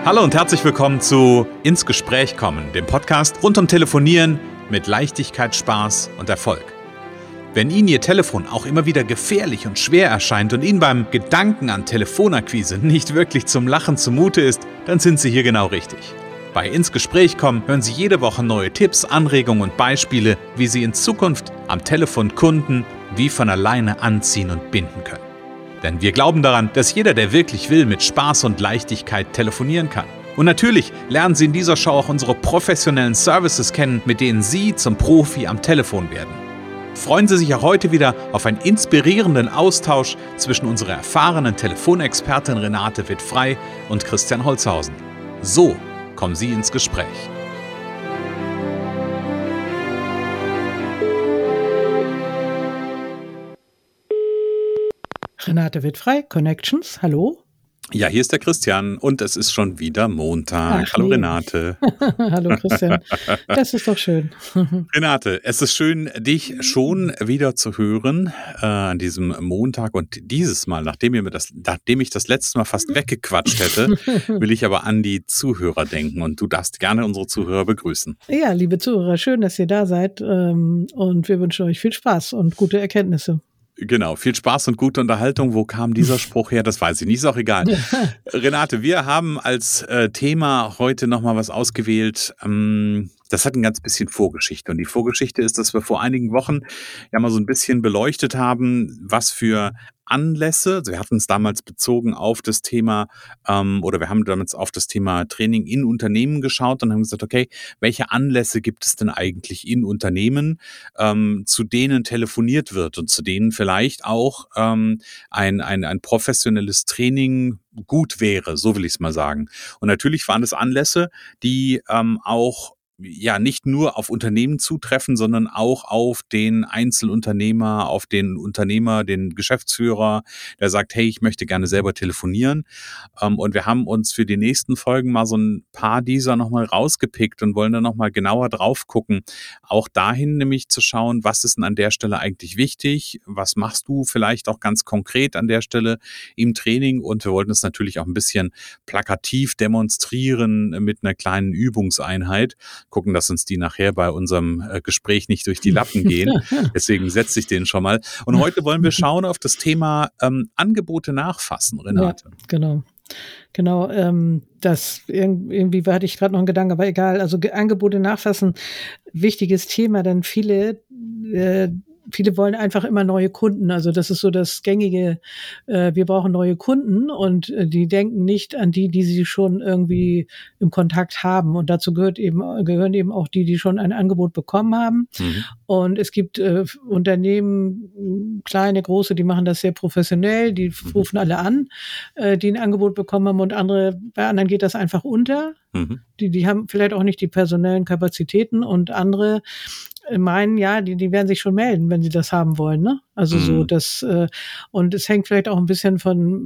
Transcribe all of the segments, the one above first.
Hallo und herzlich willkommen zu Ins Gespräch kommen, dem Podcast rund um Telefonieren mit Leichtigkeit, Spaß und Erfolg. Wenn Ihnen Ihr Telefon auch immer wieder gefährlich und schwer erscheint und Ihnen beim Gedanken an Telefonakquise nicht wirklich zum Lachen zumute ist, dann sind Sie hier genau richtig. Bei Ins Gespräch kommen hören Sie jede Woche neue Tipps, Anregungen und Beispiele, wie Sie in Zukunft am Telefon Kunden wie von alleine anziehen und binden können. Denn wir glauben daran, dass jeder, der wirklich will, mit Spaß und Leichtigkeit telefonieren kann. Und natürlich lernen Sie in dieser Show auch unsere professionellen Services kennen, mit denen Sie zum Profi am Telefon werden. Freuen Sie sich auch heute wieder auf einen inspirierenden Austausch zwischen unserer erfahrenen Telefonexpertin Renate Witt-Frey und Christian Holzhausen. So kommen Sie ins Gespräch. Renate Witt-Frey, Connections, hallo. Ja, hier ist der Christian und es ist schon wieder Montag. Ach, Hallo nee. Renate. Hallo Christian, das ist doch schön. Renate, es ist schön, dich schon wieder zu hören an diesem Montag und dieses Mal, nachdem ich das letzte Mal fast weggequatscht hätte, will ich aber an die Zuhörer denken und du darfst gerne unsere Zuhörer begrüßen. Ja, liebe Zuhörer, schön, dass ihr da seid und wir wünschen euch viel Spaß und gute Erkenntnisse. Genau, viel Spaß und gute Unterhaltung. Wo kam dieser Spruch her? Das weiß ich nicht, ist auch egal. Renate, wir haben als Thema heute nochmal was ausgewählt. Das hat ein ganz bisschen Vorgeschichte. Und die Vorgeschichte ist, dass wir vor einigen Wochen ja mal so ein bisschen beleuchtet haben, was für Anlässe, also wir hatten es damals bezogen auf das Thema, oder wir haben damals auf das Thema Training in Unternehmen geschaut und haben gesagt, okay, welche Anlässe gibt es denn eigentlich in Unternehmen, zu denen telefoniert wird und zu denen vielleicht auch ein professionelles Training gut wäre, so will ich es mal sagen. Und natürlich waren es Anlässe, die auch ja nicht nur auf Unternehmen zutreffen, sondern auch auf den Einzelunternehmer, auf den Unternehmer, den Geschäftsführer, der sagt, hey, ich möchte gerne selber telefonieren. Und wir haben uns für die nächsten Folgen mal so ein paar dieser nochmal rausgepickt und wollen dann nochmal genauer drauf gucken. Auch dahin nämlich zu schauen, was ist denn an der Stelle eigentlich wichtig? Was machst du vielleicht auch ganz konkret an der Stelle im Training? Und wir wollten es natürlich auch ein bisschen plakativ demonstrieren mit einer kleinen Übungseinheit. Gucken, dass uns die nachher bei unserem Gespräch nicht durch die Lappen gehen. Deswegen setze ich den schon mal. Und heute wollen wir schauen auf das Thema Angebote nachfassen, Renate. Ja, genau. Das irgendwie hatte ich gerade noch einen Gedanken, aber egal. Also Angebote nachfassen, wichtiges Thema, denn viele wollen einfach immer neue Kunden. Also das ist so das gängige, wir brauchen neue Kunden und die denken nicht an die sie schon irgendwie im Kontakt haben. Und dazu gehören eben auch die schon ein Angebot bekommen haben. Mhm. Und es gibt Unternehmen, kleine, große, die machen das sehr professionell, die rufen alle an, die ein Angebot bekommen haben und bei anderen geht das einfach unter. Mhm. Die haben vielleicht auch nicht die personellen Kapazitäten und andere meinen, ja, die werden sich schon melden, wenn sie das haben wollen, ne? Also so das und es hängt vielleicht auch ein bisschen von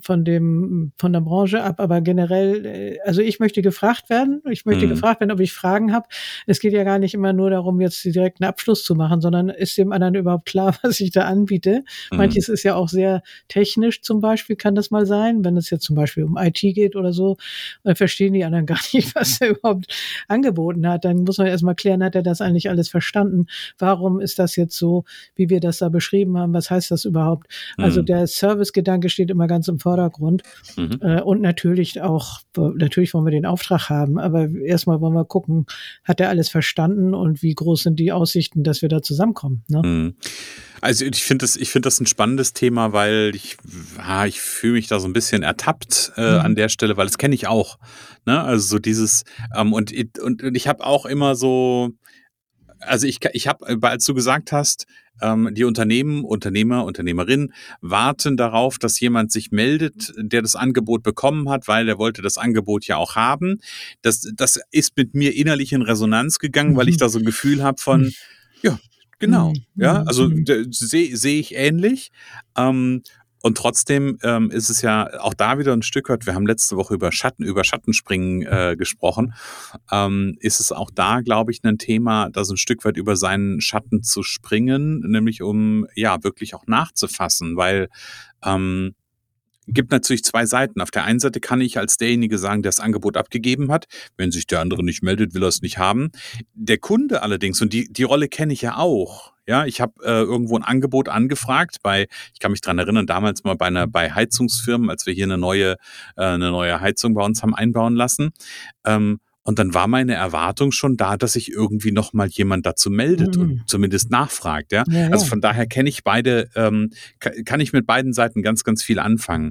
der Branche ab, aber generell, also ich möchte gefragt werden, ob ich Fragen habe. Es geht ja gar nicht immer nur darum, jetzt direkt einen Abschluss zu machen, sondern ist dem anderen überhaupt klar, was ich da anbiete? Manches ist ja auch sehr technisch, zum Beispiel kann das mal sein, wenn es jetzt zum Beispiel um IT geht oder so, verstehen die anderen gar nicht, was er überhaupt angeboten hat. Dann muss man erstmal klären, hat er das eigentlich alles verstanden? Warum ist das jetzt so, wie wir das da beschrieben haben? Was heißt das überhaupt? Also der Servicegedanke steht immer ganz im Vordergrund. Und natürlich wollen wir den Auftrag haben, aber erstmal wollen wir gucken, hat er alles verstanden und wie groß sind die Aussichten, dass wir da zusammenkommen, ne? Also ich finde das ein spannendes Thema, weil ich fühle mich da so ein bisschen ertappt an der Stelle, weil das kenne ich auch. Ne? Also so dieses und ich habe auch immer so, also ich habe, als du gesagt hast, die Unternehmer, Unternehmerinnen warten darauf, dass jemand sich meldet, der das Angebot bekommen hat, weil der wollte das Angebot ja auch haben. Das ist mit mir innerlich in Resonanz gegangen, weil ich da so ein Gefühl habe von, ja, genau, ja, also sehe ich ähnlich. Und trotzdem ist es ja auch da wieder ein Stück weit, wir haben letzte Woche über Schattenspringen gesprochen, ist es auch da, glaube ich, ein Thema, da so ein Stück weit über seinen Schatten zu springen, nämlich um ja wirklich auch nachzufassen, weil gibt natürlich zwei Seiten. Auf der einen Seite kann ich als derjenige sagen, der das Angebot abgegeben hat. Wenn sich der andere nicht meldet, will er es nicht haben. Der Kunde allerdings, und die Rolle kenne ich ja auch. Ja, ich habe irgendwo ein Angebot angefragt ich kann mich dran erinnern, damals mal bei Heizungsfirmen, als wir hier eine neue Heizung bei uns haben einbauen lassen. Und dann war meine Erwartung schon da, dass sich irgendwie noch mal jemand dazu meldet und zumindest nachfragt. Ja, Ja, also ja. von daher kenne ich beide, kann ich mit beiden Seiten ganz, ganz viel anfangen.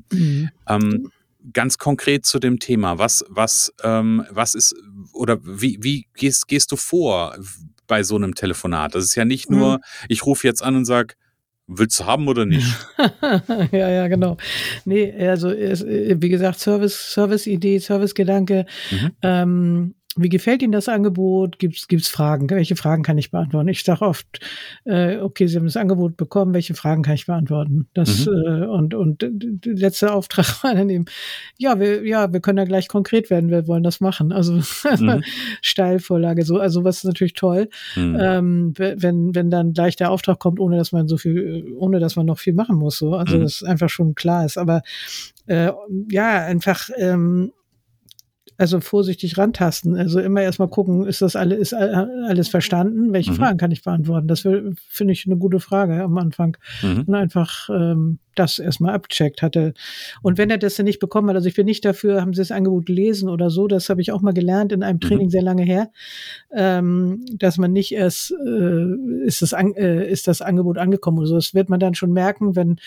Ganz konkret zu dem Thema, was ist oder wie gehst du vor bei so einem Telefonat? Das ist ja nicht nur, ich rufe jetzt an und sage, willst du haben oder nicht? Ja, ja, genau. Nee, also wie gesagt, Service-Idee, Servicegedanke. Wie gefällt Ihnen das Angebot? Gibt's Fragen? Welche Fragen kann ich beantworten? Ich sage oft, okay, Sie haben das Angebot bekommen, welche Fragen kann ich beantworten? Und der letzte Auftrag war dann eben, wir können da gleich konkret werden, wir wollen das machen. Also Steilvorlage, also was ist natürlich toll, wenn dann gleich der Auftrag kommt, ohne dass man noch viel machen muss. So. Also das einfach schon klar ist. Aber einfach also vorsichtig rantasten. Also immer erstmal gucken, ist alles verstanden? Welche Fragen kann ich beantworten? Das finde ich eine gute Frage am Anfang. Und einfach das erstmal abcheckt hatte. Und wenn er das dann nicht bekommen hat, also ich bin nicht dafür, haben Sie das Angebot gelesen oder so, das habe ich auch mal gelernt in einem Training sehr lange her, dass man nicht erst ist das Angebot angekommen oder so. Das wird man dann schon merken, wenn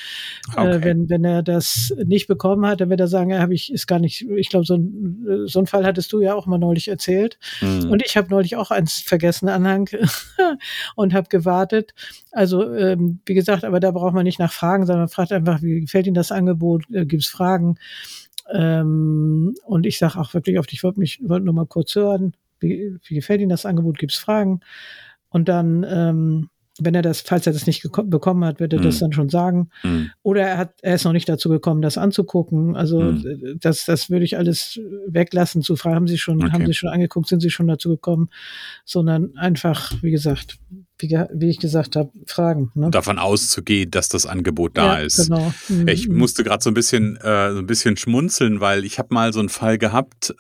er das nicht bekommen hat, dann wird er sagen, ist gar nicht, ich glaube, so ein Fall hattest du ja auch mal neulich erzählt. Und ich habe neulich auch eins vergessen, Anhang, und habe gewartet. Also, wie gesagt, aber da braucht man nicht nach Fragen, sondern man fragt einfach, wie gefällt Ihnen das Angebot? Gibt es Fragen? Und ich sage auch wirklich oft, ich wollte nur mal kurz hören, wie gefällt Ihnen das Angebot? Gibt es Fragen? Und dann, falls er das nicht bekommen hat, wird er das dann schon sagen. Oder er ist noch nicht dazu gekommen, das anzugucken. Also das würde ich alles weglassen, zu fragen, haben Sie schon angeguckt, sind Sie schon dazu gekommen? Sondern einfach, wie gesagt, wie ich gesagt habe, fragen. Ne? Davon auszugehen, dass das Angebot da ist. Genau. Ich musste gerade so ein bisschen schmunzeln, weil ich habe mal so einen Fall gehabt,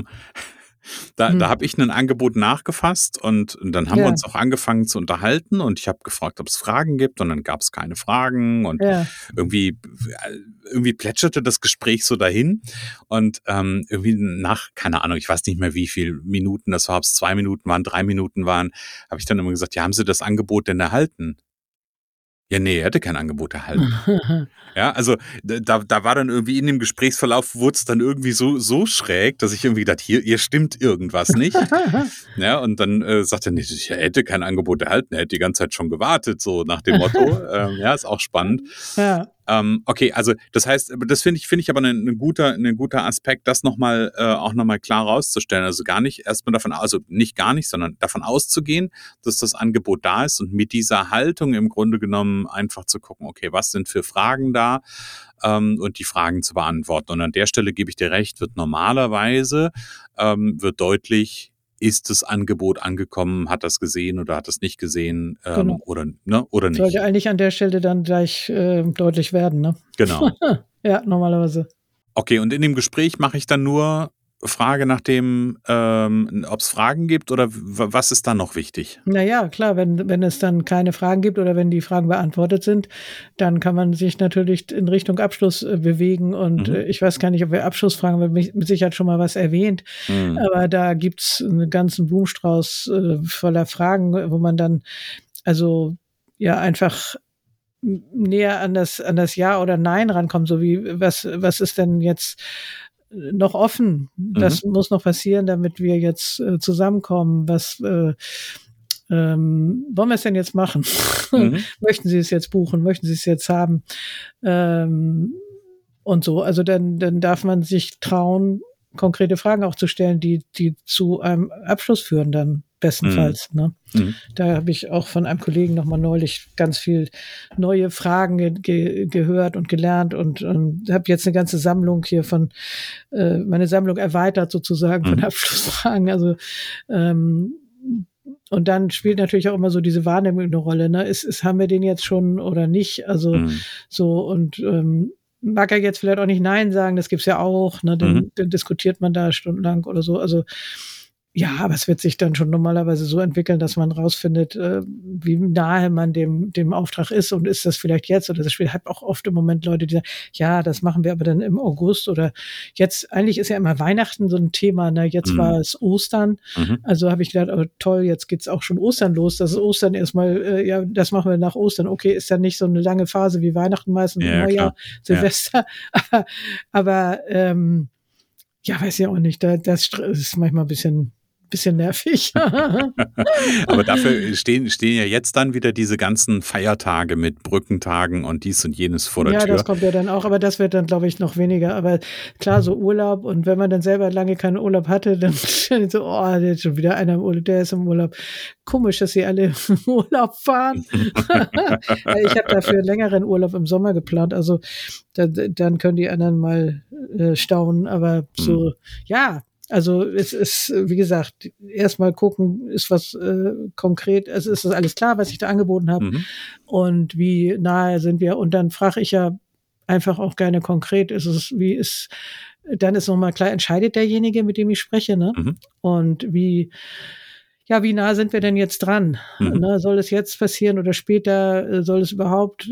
da habe ich ein Angebot nachgefasst und dann haben wir uns auch angefangen zu unterhalten und ich habe gefragt, ob es Fragen gibt und dann gab es keine Fragen und irgendwie plätscherte das Gespräch so dahin und irgendwie nach, keine Ahnung, ich weiß nicht mehr, wie viele Minuten das war, ob es 2 Minuten waren, 3 Minuten waren, habe ich dann immer gesagt, ja, haben Sie das Angebot denn erhalten? Ja, nee, er hätte kein Angebot erhalten. Ja, also da war dann irgendwie in dem Gesprächsverlauf, wurde es dann irgendwie so schräg, dass ich irgendwie dachte, hier stimmt irgendwas nicht. Ja, und dann sagt er, nee, er hätte kein Angebot erhalten, er hätte die ganze Zeit schon gewartet, so nach dem Motto. Ja, ist auch spannend. Ja. Okay, also das heißt, das finde ich aber ein guter Aspekt, das auch nochmal klar rauszustellen. Also nicht gar nicht, sondern davon auszugehen, dass das Angebot da ist und mit dieser Haltung im Grunde genommen einfach zu gucken, okay, was sind für Fragen da und die Fragen zu beantworten. Und an der Stelle gebe ich dir recht, wird normalerweise wird deutlich, ist das Angebot angekommen, hat das gesehen oder hat das nicht gesehen oder nicht. Sollte eigentlich an der Stelle dann gleich deutlich werden, ne? Genau. Ja, normalerweise. Okay, und in dem Gespräch mache ich dann nur Frage nach dem, ob es Fragen gibt oder was ist dann noch wichtig? Naja, klar, wenn es dann keine Fragen gibt oder wenn die Fragen beantwortet sind, dann kann man sich natürlich in Richtung Abschluss bewegen und ich weiß gar nicht, ob wir Abschlussfragen, wir mit Sicherheit schon mal was erwähnt, aber da gibt's einen ganzen Blumenstrauß voller Fragen, wo man dann also ja einfach näher an das Ja oder Nein rankommt, so wie was ist denn jetzt noch offen? Was muss noch passieren, damit wir jetzt zusammenkommen? Was wollen wir es denn jetzt machen? Möchten Sie es jetzt buchen? Möchten Sie es jetzt haben? Und so. Also dann darf man sich trauen, konkrete Fragen auch zu stellen, die zu einem Abschluss führen dann bestenfalls. Ne? Da habe ich auch von einem Kollegen nochmal neulich ganz viel neue Fragen gehört und gelernt und habe jetzt eine ganze Sammlung hier meine Sammlung erweitert sozusagen von Abschlussfragen. Also und dann spielt natürlich auch immer so diese Wahrnehmung eine Rolle. Ne? Haben wir den jetzt schon oder nicht? Also so und mag er jetzt vielleicht auch nicht Nein sagen, das gibt's ja auch, ne? Dann diskutiert man da stundenlang oder so. Also ja, aber es wird sich dann schon normalerweise so entwickeln, dass man rausfindet, wie nahe man dem Auftrag ist und ist das vielleicht jetzt oder das Spiel hat auch oft im Moment Leute, die sagen, ja, das machen wir aber dann im August oder jetzt, eigentlich ist ja immer Weihnachten so ein Thema, ne? Jetzt war es Ostern, also habe ich gedacht, oh, toll, jetzt geht's auch schon Ostern los, das ist Ostern erstmal, ja, das machen wir nach Ostern, okay, ist dann nicht so eine lange Phase wie Weihnachten meistens, Ja, Neujahr, klar. Silvester, aber ja, weiß ich auch nicht, das ist manchmal ein bisschen nervig. Aber dafür stehen ja jetzt dann wieder diese ganzen Feiertage mit Brückentagen und dies und jenes vor der Ja, das Tür. kommt ja dann auch, aber das wird dann, glaube ich, noch weniger. Aber klar, so Urlaub und wenn man dann selber lange keinen Urlaub hatte, dann so, oh, der ist schon wieder einer im Urlaub, der ist im Urlaub. Komisch, dass sie alle im Urlaub fahren. Ich habe dafür einen längeren Urlaub im Sommer geplant, also dann können die anderen mal staunen, aber so, ja. Also es ist, wie gesagt, erstmal gucken, ist was konkret, also ist das alles klar, was ich da angeboten habe und wie nahe sind wir und dann frage ich ja einfach auch gerne konkret, dann ist nochmal klar, entscheidet derjenige, mit dem ich spreche, ne? Und wie nah sind wir denn jetzt dran? Ne? Soll es jetzt passieren oder später? Soll es überhaupt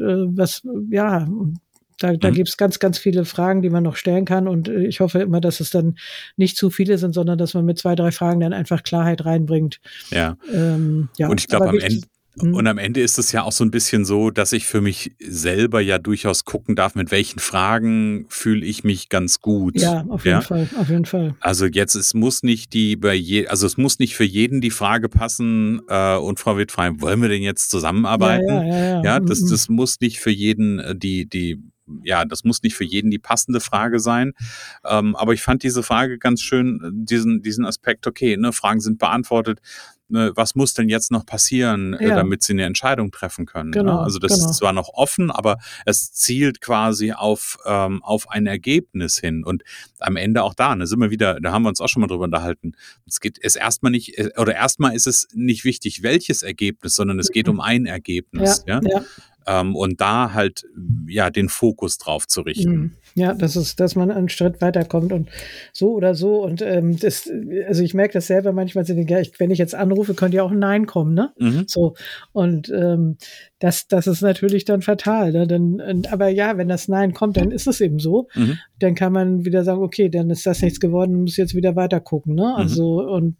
Da gibt's ganz, ganz viele Fragen, die man noch stellen kann. Und ich hoffe immer, dass es dann nicht zu viele sind, sondern dass man mit 2, 3 Fragen dann einfach Klarheit reinbringt. Ja. Und ich glaube, am Ende ist es ja auch so ein bisschen so, dass ich für mich selber ja durchaus gucken darf, mit welchen Fragen fühle ich mich ganz gut. Ja, auf jeden Fall, auf jeden Fall. Also jetzt, es muss nicht es muss nicht für jeden die Frage passen, und Frau Wittfrey, wollen wir denn jetzt zusammenarbeiten? Ja, das muss nicht für jeden das muss nicht für jeden die passende Frage sein. Aber ich fand diese Frage ganz schön, diesen Aspekt, okay, ne, Fragen sind beantwortet. Was muss denn jetzt noch passieren, damit sie eine Entscheidung treffen können? Genau, ne? Also das ist zwar noch offen, aber es zielt quasi auf ein Ergebnis hin. Und am Ende auch da sind wir wieder, da haben wir uns auch schon mal drüber unterhalten. Erstmal ist es nicht wichtig, welches Ergebnis, sondern es geht um ein Ergebnis. Ja. Und da halt den Fokus drauf zu richten. Ja, dass man einen Schritt weiterkommt und so oder so. Und also ich merke das selber manchmal, wenn ich jetzt anrufe, könnte ja auch ein Nein kommen, ne? So. Und das ist natürlich dann fatal. Ne? Aber ja, wenn das Nein kommt, dann ist es eben so. Dann kann man wieder sagen, okay, dann ist das nichts geworden, muss jetzt wieder weiter gucken. Ne? Also, und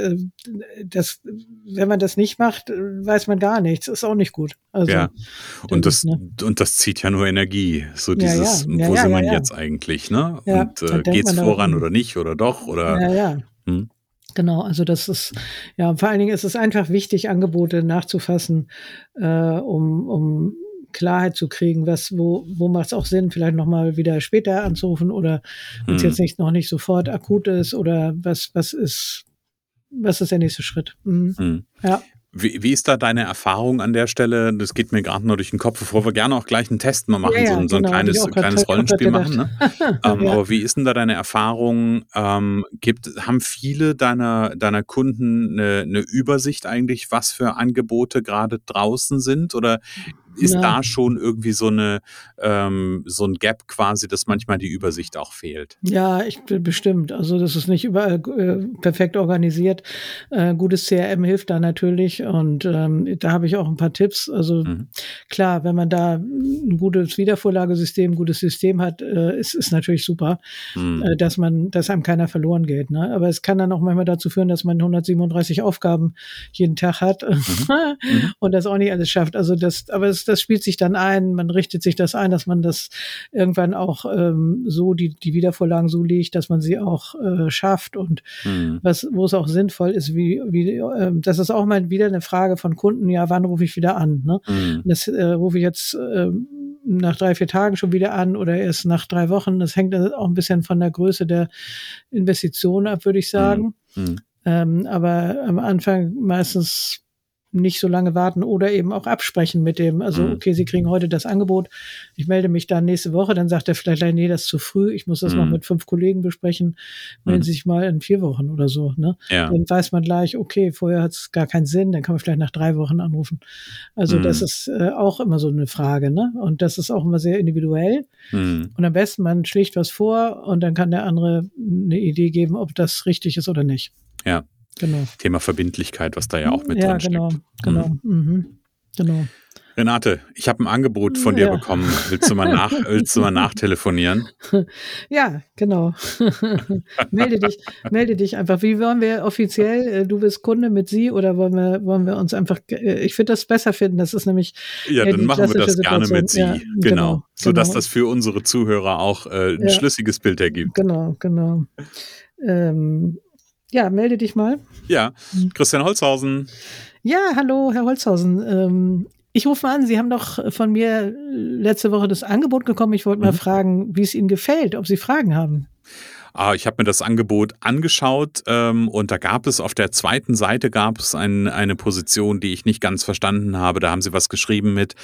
wenn man das nicht macht, weiß man gar nichts. Ist auch nicht gut. Also, ja. Und das zieht ja nur Energie. So dieses, wo sind wir jetzt eigentlich, ne? Ja, und geht's voran oder nicht oder doch? Oder Genau, also das ist, vor allen Dingen ist es einfach wichtig, Angebote nachzufassen, um Klarheit zu kriegen, wo macht es auch Sinn, vielleicht nochmal wieder später anzurufen oder wenn es jetzt noch nicht sofort akut ist oder was ist der nächste Schritt? Ja. Wie ist da deine Erfahrung an der Stelle? Das geht mir gerade nur durch den Kopf, bevor wir gerne auch gleich einen Test mal machen, so ein kleines Rollenspiel machen. Ne? Aber wie ist denn da deine Erfahrung? Haben viele deiner Kunden eine Übersicht eigentlich, was für Angebote gerade draußen sind? Oder ist da schon irgendwie so ein Gap quasi, dass manchmal die Übersicht auch fehlt? Ja, bestimmt. Also das ist nicht überall perfekt organisiert. Gutes CRM hilft da natürlich und da habe ich auch ein paar Tipps. Also klar, wenn man da ein gutes Wiedervorlagesystem, ein gutes System hat, ist natürlich super, dass einem keiner verloren geht. Ne? Aber es kann dann auch manchmal dazu führen, dass man 137 Aufgaben jeden Tag hat und das auch nicht alles schafft. Also das spielt sich dann ein, man richtet sich das ein, dass man das irgendwann auch so die Wiedervorlagen so legt, dass man sie auch schafft und wo es auch sinnvoll ist, das ist auch mal wieder eine Frage von Kunden, ja, wann rufe ich wieder an? Ne? Das rufe ich jetzt nach 3, 4 Tagen schon wieder an oder erst nach 3 Wochen. Das hängt auch ein bisschen von der Größe der Investition ab, würde ich sagen. Aber am Anfang meistens nicht so lange warten oder eben auch absprechen mit dem, also okay, Sie kriegen heute das Angebot, ich melde mich dann nächste Woche, dann sagt er vielleicht, nee, das ist zu früh, ich muss das noch mit 5 Kollegen besprechen, melden Sie sich mal in 4 Wochen oder so, ne? Ja. Dann weiß man gleich, okay, vorher hat es gar keinen Sinn, dann kann man vielleicht nach 3 Wochen anrufen. Also das ist auch immer so eine Frage, ne? Und das ist auch immer sehr individuell. Und am besten, man schlägt was vor und dann kann der andere eine Idee geben, ob das richtig ist oder nicht. Ja. Genau. Thema Verbindlichkeit, was da ja auch mit drin steckt. Ja, genau. Genau. Renate, ich habe ein Angebot von dir bekommen. Willst du mal nachtelefonieren? Ja, genau. Melde dich einfach. Wie wollen wir offiziell, du bist Kunde mit Sie oder wollen wir uns einfach, ich würde das besser finden, das ist nämlich dann machen wir das gerne mit Sie. Ja, genau. Sodass das für unsere Zuhörer auch ein schlüssiges Bild ergibt. Genau. Ja, melde dich mal. Ja, Christian Holzhausen. Ja, hallo, Herr Holzhausen. Ich rufe mal an, Sie haben doch von mir letzte Woche das Angebot bekommen. Ich wollte mal fragen, wie es Ihnen gefällt, ob Sie Fragen haben. Ich habe mir das Angebot angeschaut und da gab es auf der zweiten Seite eine Position, die ich nicht ganz verstanden habe. Da haben Sie was geschrieben mit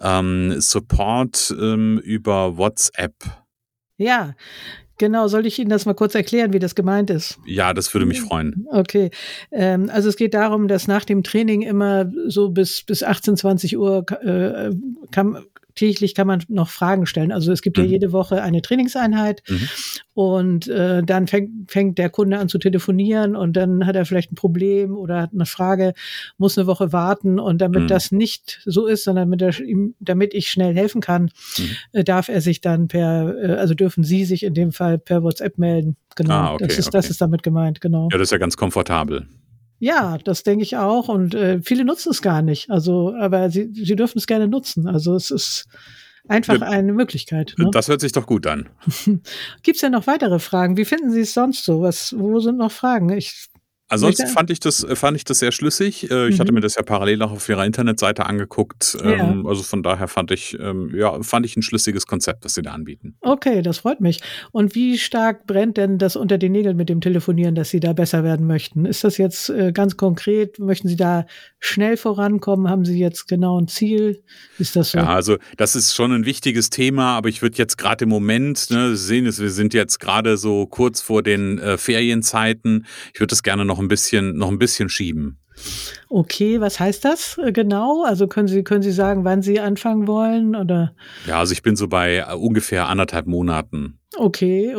Support über WhatsApp. Ja, genau. Soll ich Ihnen das mal kurz erklären, wie das gemeint ist? Ja, das würde mich freuen. Okay. Also es geht darum, dass nach dem Training immer so bis 18, 20 Uhr täglich kann man noch Fragen stellen. Also es gibt ja jede Woche eine Trainingseinheit und dann fängt der Kunde an zu telefonieren und dann hat er vielleicht ein Problem oder hat eine Frage, muss eine Woche warten und damit das nicht so ist, sondern damit ich schnell helfen kann, darf er sich dann also dürfen Sie sich in dem Fall per WhatsApp melden. Genau, okay, das ist damit gemeint, genau. Ja, das ist ja ganz komfortabel. Ja, das denke ich auch. Und viele nutzen es gar nicht. Also, aber sie dürfen es gerne nutzen. Also es ist einfach eine Möglichkeit. Ne? Das hört sich doch gut an. Gibt es denn noch weitere Fragen? Wie finden Sie es sonst so? Wo sind noch Fragen? Ansonsten fand ich das sehr schlüssig. Ich hatte mir das ja parallel auch auf Ihrer Internetseite angeguckt. Also von daher fand ich ein schlüssiges Konzept, was Sie da anbieten. Okay, das freut mich. Und wie stark brennt denn das unter den Nägeln mit dem Telefonieren, dass Sie da besser werden möchten? Ist das jetzt ganz konkret? Möchten Sie da schnell vorankommen? Haben Sie jetzt genau ein Ziel? Ist das so? Ja, also das ist schon ein wichtiges Thema, aber ich würde jetzt gerade im Moment, Sie sehen es, wir sind jetzt gerade so kurz vor den Ferienzeiten. Ich würde das gerne noch ein bisschen schieben. Okay, was heißt das genau? Also können Sie sagen, wann Sie anfangen wollen, oder? Ja, also ich bin so bei ungefähr 1,5 Monaten. Okay.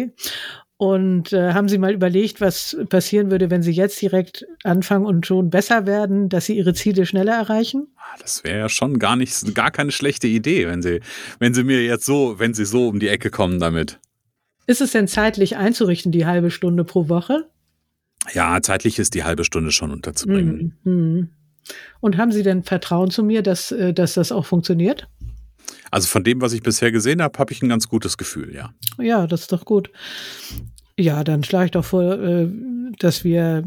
Und haben Sie mal überlegt, was passieren würde, wenn Sie jetzt direkt anfangen und schon besser werden, dass Sie Ihre Ziele schneller erreichen? Das wäre ja schon gar keine schlechte Idee, wenn Sie so um die Ecke kommen damit. Ist es denn zeitlich einzurichten, die halbe Stunde pro Woche? Ja, zeitlich ist die halbe Stunde schon unterzubringen. Und haben Sie denn Vertrauen zu mir, dass das auch funktioniert? Also von dem, was ich bisher gesehen habe, habe ich ein ganz gutes Gefühl, ja. Ja, das ist doch gut. Ja, dann schlage ich doch vor, dass wir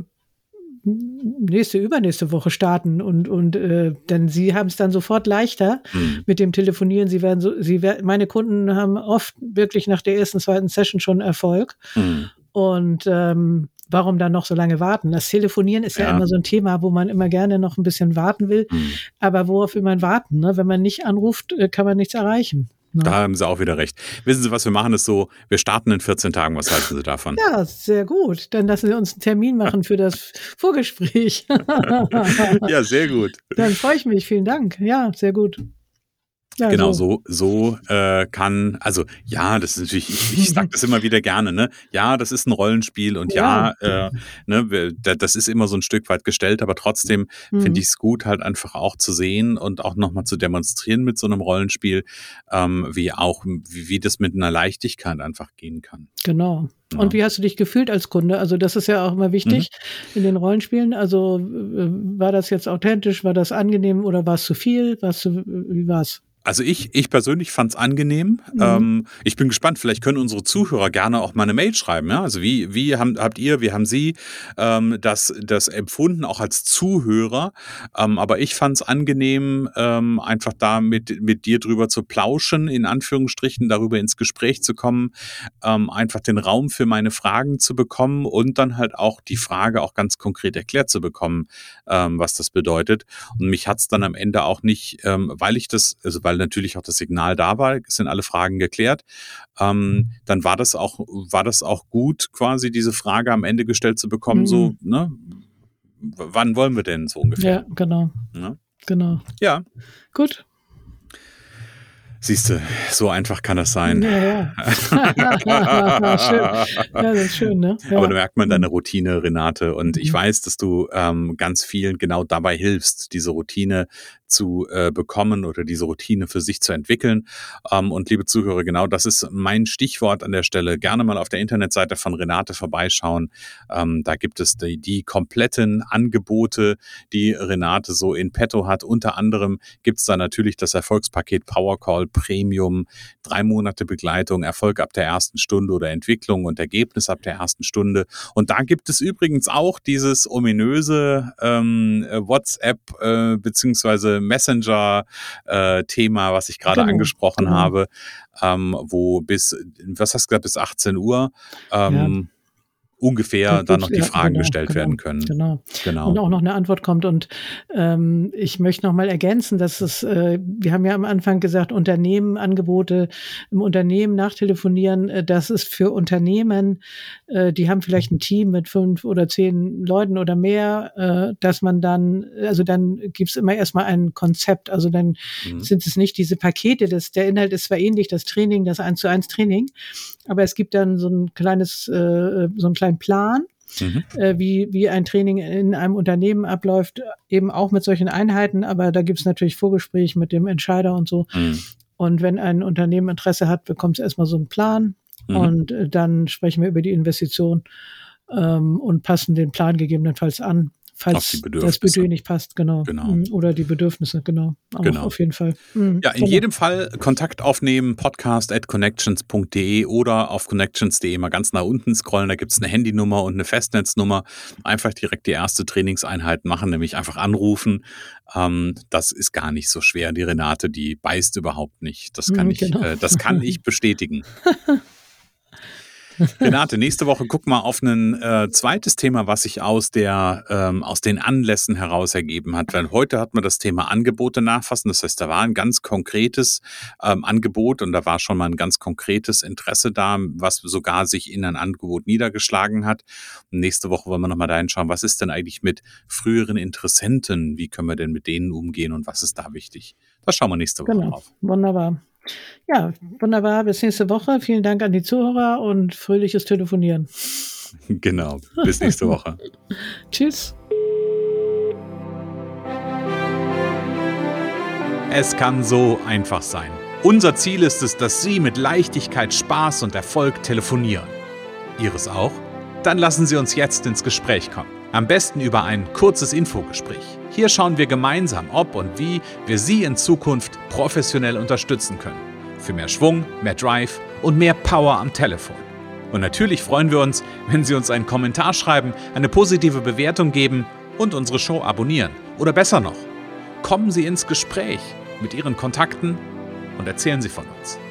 übernächste Woche starten und denn Sie haben es dann sofort leichter mit dem Telefonieren. Meine Kunden haben oft wirklich nach der ersten, zweiten Session schon Erfolg. Und warum dann noch so lange warten? Das Telefonieren ist ja immer so ein Thema, wo man immer gerne noch ein bisschen warten will. Aber worauf will man warten? Ne? Wenn man nicht anruft, kann man nichts erreichen. Ne? Da haben Sie auch wieder recht. Wissen Sie, was wir machen, ist so, wir starten in 14 Tagen. Was halten Sie davon? Ja, sehr gut. Dann lassen Sie uns einen Termin machen für das Vorgespräch. Ja, sehr gut. Dann freue ich mich. Vielen Dank. Ja, sehr gut. Ja, genau, so kann, also ja, das ist natürlich, ich sage das immer wieder gerne, ne? Ja, das ist ein Rollenspiel und das ist immer so ein Stück weit gestellt, aber trotzdem finde ich es gut, halt einfach auch zu sehen und auch nochmal zu demonstrieren mit so einem Rollenspiel, wie das mit einer Leichtigkeit einfach gehen kann. Genau. Ja. Und wie hast du dich gefühlt als Kunde? Also das ist ja auch immer wichtig in den Rollenspielen. Also war das jetzt authentisch, war das angenehm oder war es zu viel? Wie war's? Also ich persönlich fand es angenehm. Ich bin gespannt, vielleicht können unsere Zuhörer gerne auch mal eine Mail schreiben. Ja? Also wie haben Sie das empfunden, auch als Zuhörer? Aber ich fand es angenehm, einfach da mit dir drüber zu plauschen, in Anführungsstrichen, darüber ins Gespräch zu kommen, einfach den Raum für meine Fragen zu bekommen und dann halt auch die Frage auch ganz konkret erklärt zu bekommen, was das bedeutet. Und mich hat es dann am Ende auch nicht, weil natürlich auch das Signal da war, es sind alle Fragen geklärt, dann war das auch gut, quasi diese Frage am Ende gestellt zu bekommen, so, ne, wann wollen wir denn so ungefähr? Ja, genau. Ja. Genau. Ja. Gut. Siehst du, so einfach kann das sein. Ja. Schön. Ja, das ist schön, ne? Ja. Aber da merkt man deine Routine, Renate. Und ich weiß, dass du ganz vielen genau dabei hilfst, diese Routine zu bekommen oder diese Routine für sich zu entwickeln. Und liebe Zuhörer, genau das ist mein Stichwort an der Stelle. Gerne mal auf der Internetseite von Renate vorbeischauen. Da gibt es die kompletten Angebote, die Renate so in petto hat. Unter anderem gibt es da natürlich das Erfolgspaket Powercall Premium, 3 Monate Begleitung, Erfolg ab der ersten Stunde oder Entwicklung und Ergebnis ab der ersten Stunde. Und da gibt es übrigens auch dieses ominöse WhatsApp beziehungsweise Messenger-Thema, was ich gerade angesprochen habe, wo bis 18 Uhr ungefähr dann noch die Fragen gestellt werden können. Genau. Und auch noch eine Antwort kommt. Und ich möchte noch mal ergänzen, dass wir haben ja am Anfang gesagt, Angebote im Unternehmen nachtelefonieren, das ist für Unternehmen, die haben vielleicht ein Team mit 5 oder 10 Leuten oder mehr, dass man dann gibt's immer erstmal ein Konzept. Also dann sind es nicht diese Pakete, der Inhalt ist zwar ähnlich, das Training, das 1:1 Training, aber es gibt dann so einen kleinen Plan, wie ein Training in einem Unternehmen abläuft, eben auch mit solchen Einheiten, aber da gibt es natürlich Vorgespräch mit dem Entscheider und so. Und wenn ein Unternehmen Interesse hat, bekommt es erstmal so einen Plan und dann sprechen wir über die Investition und passen den Plan gegebenenfalls an, falls das Budget nicht passt, genau. Oder die Bedürfnisse, genau. Auf jeden Fall. Ja, in jedem Fall Kontakt aufnehmen, podcast@connections.de oder auf connections.de mal ganz nach unten scrollen, da gibt es eine Handynummer und eine Festnetznummer. Einfach direkt die erste Trainingseinheit machen, nämlich einfach anrufen. Das ist gar nicht so schwer. Die Renate, die beißt überhaupt nicht. Das kann ich bestätigen. Renate, nächste Woche guck mal auf ein zweites Thema, was sich aus den Anlässen heraus ergeben hat. Weil heute hat man das Thema Angebote nachfassen. Das heißt, da war ein ganz konkretes Angebot und da war schon mal ein ganz konkretes Interesse da, was sogar sich in ein Angebot niedergeschlagen hat. Und nächste Woche wollen wir nochmal da hinschauen, was ist denn eigentlich mit früheren Interessenten? Wie können wir denn mit denen umgehen und was ist da wichtig? Das schauen wir nächste Woche drauf. Wunderbar. Ja, wunderbar. Bis nächste Woche. Vielen Dank an die Zuhörer und fröhliches Telefonieren. Genau. Bis nächste Woche. Tschüss. Es kann so einfach sein. Unser Ziel ist es, dass Sie mit Leichtigkeit, Spaß und Erfolg telefonieren. Ihres auch? Dann lassen Sie uns jetzt ins Gespräch kommen. Am besten über ein kurzes Infogespräch. Hier schauen wir gemeinsam, ob und wie wir Sie in Zukunft professionell unterstützen können. Für mehr Schwung, mehr Drive und mehr Power am Telefon. Und natürlich freuen wir uns, wenn Sie uns einen Kommentar schreiben, eine positive Bewertung geben und unsere Show abonnieren. Oder besser noch, kommen Sie ins Gespräch mit Ihren Kontakten und erzählen Sie von uns.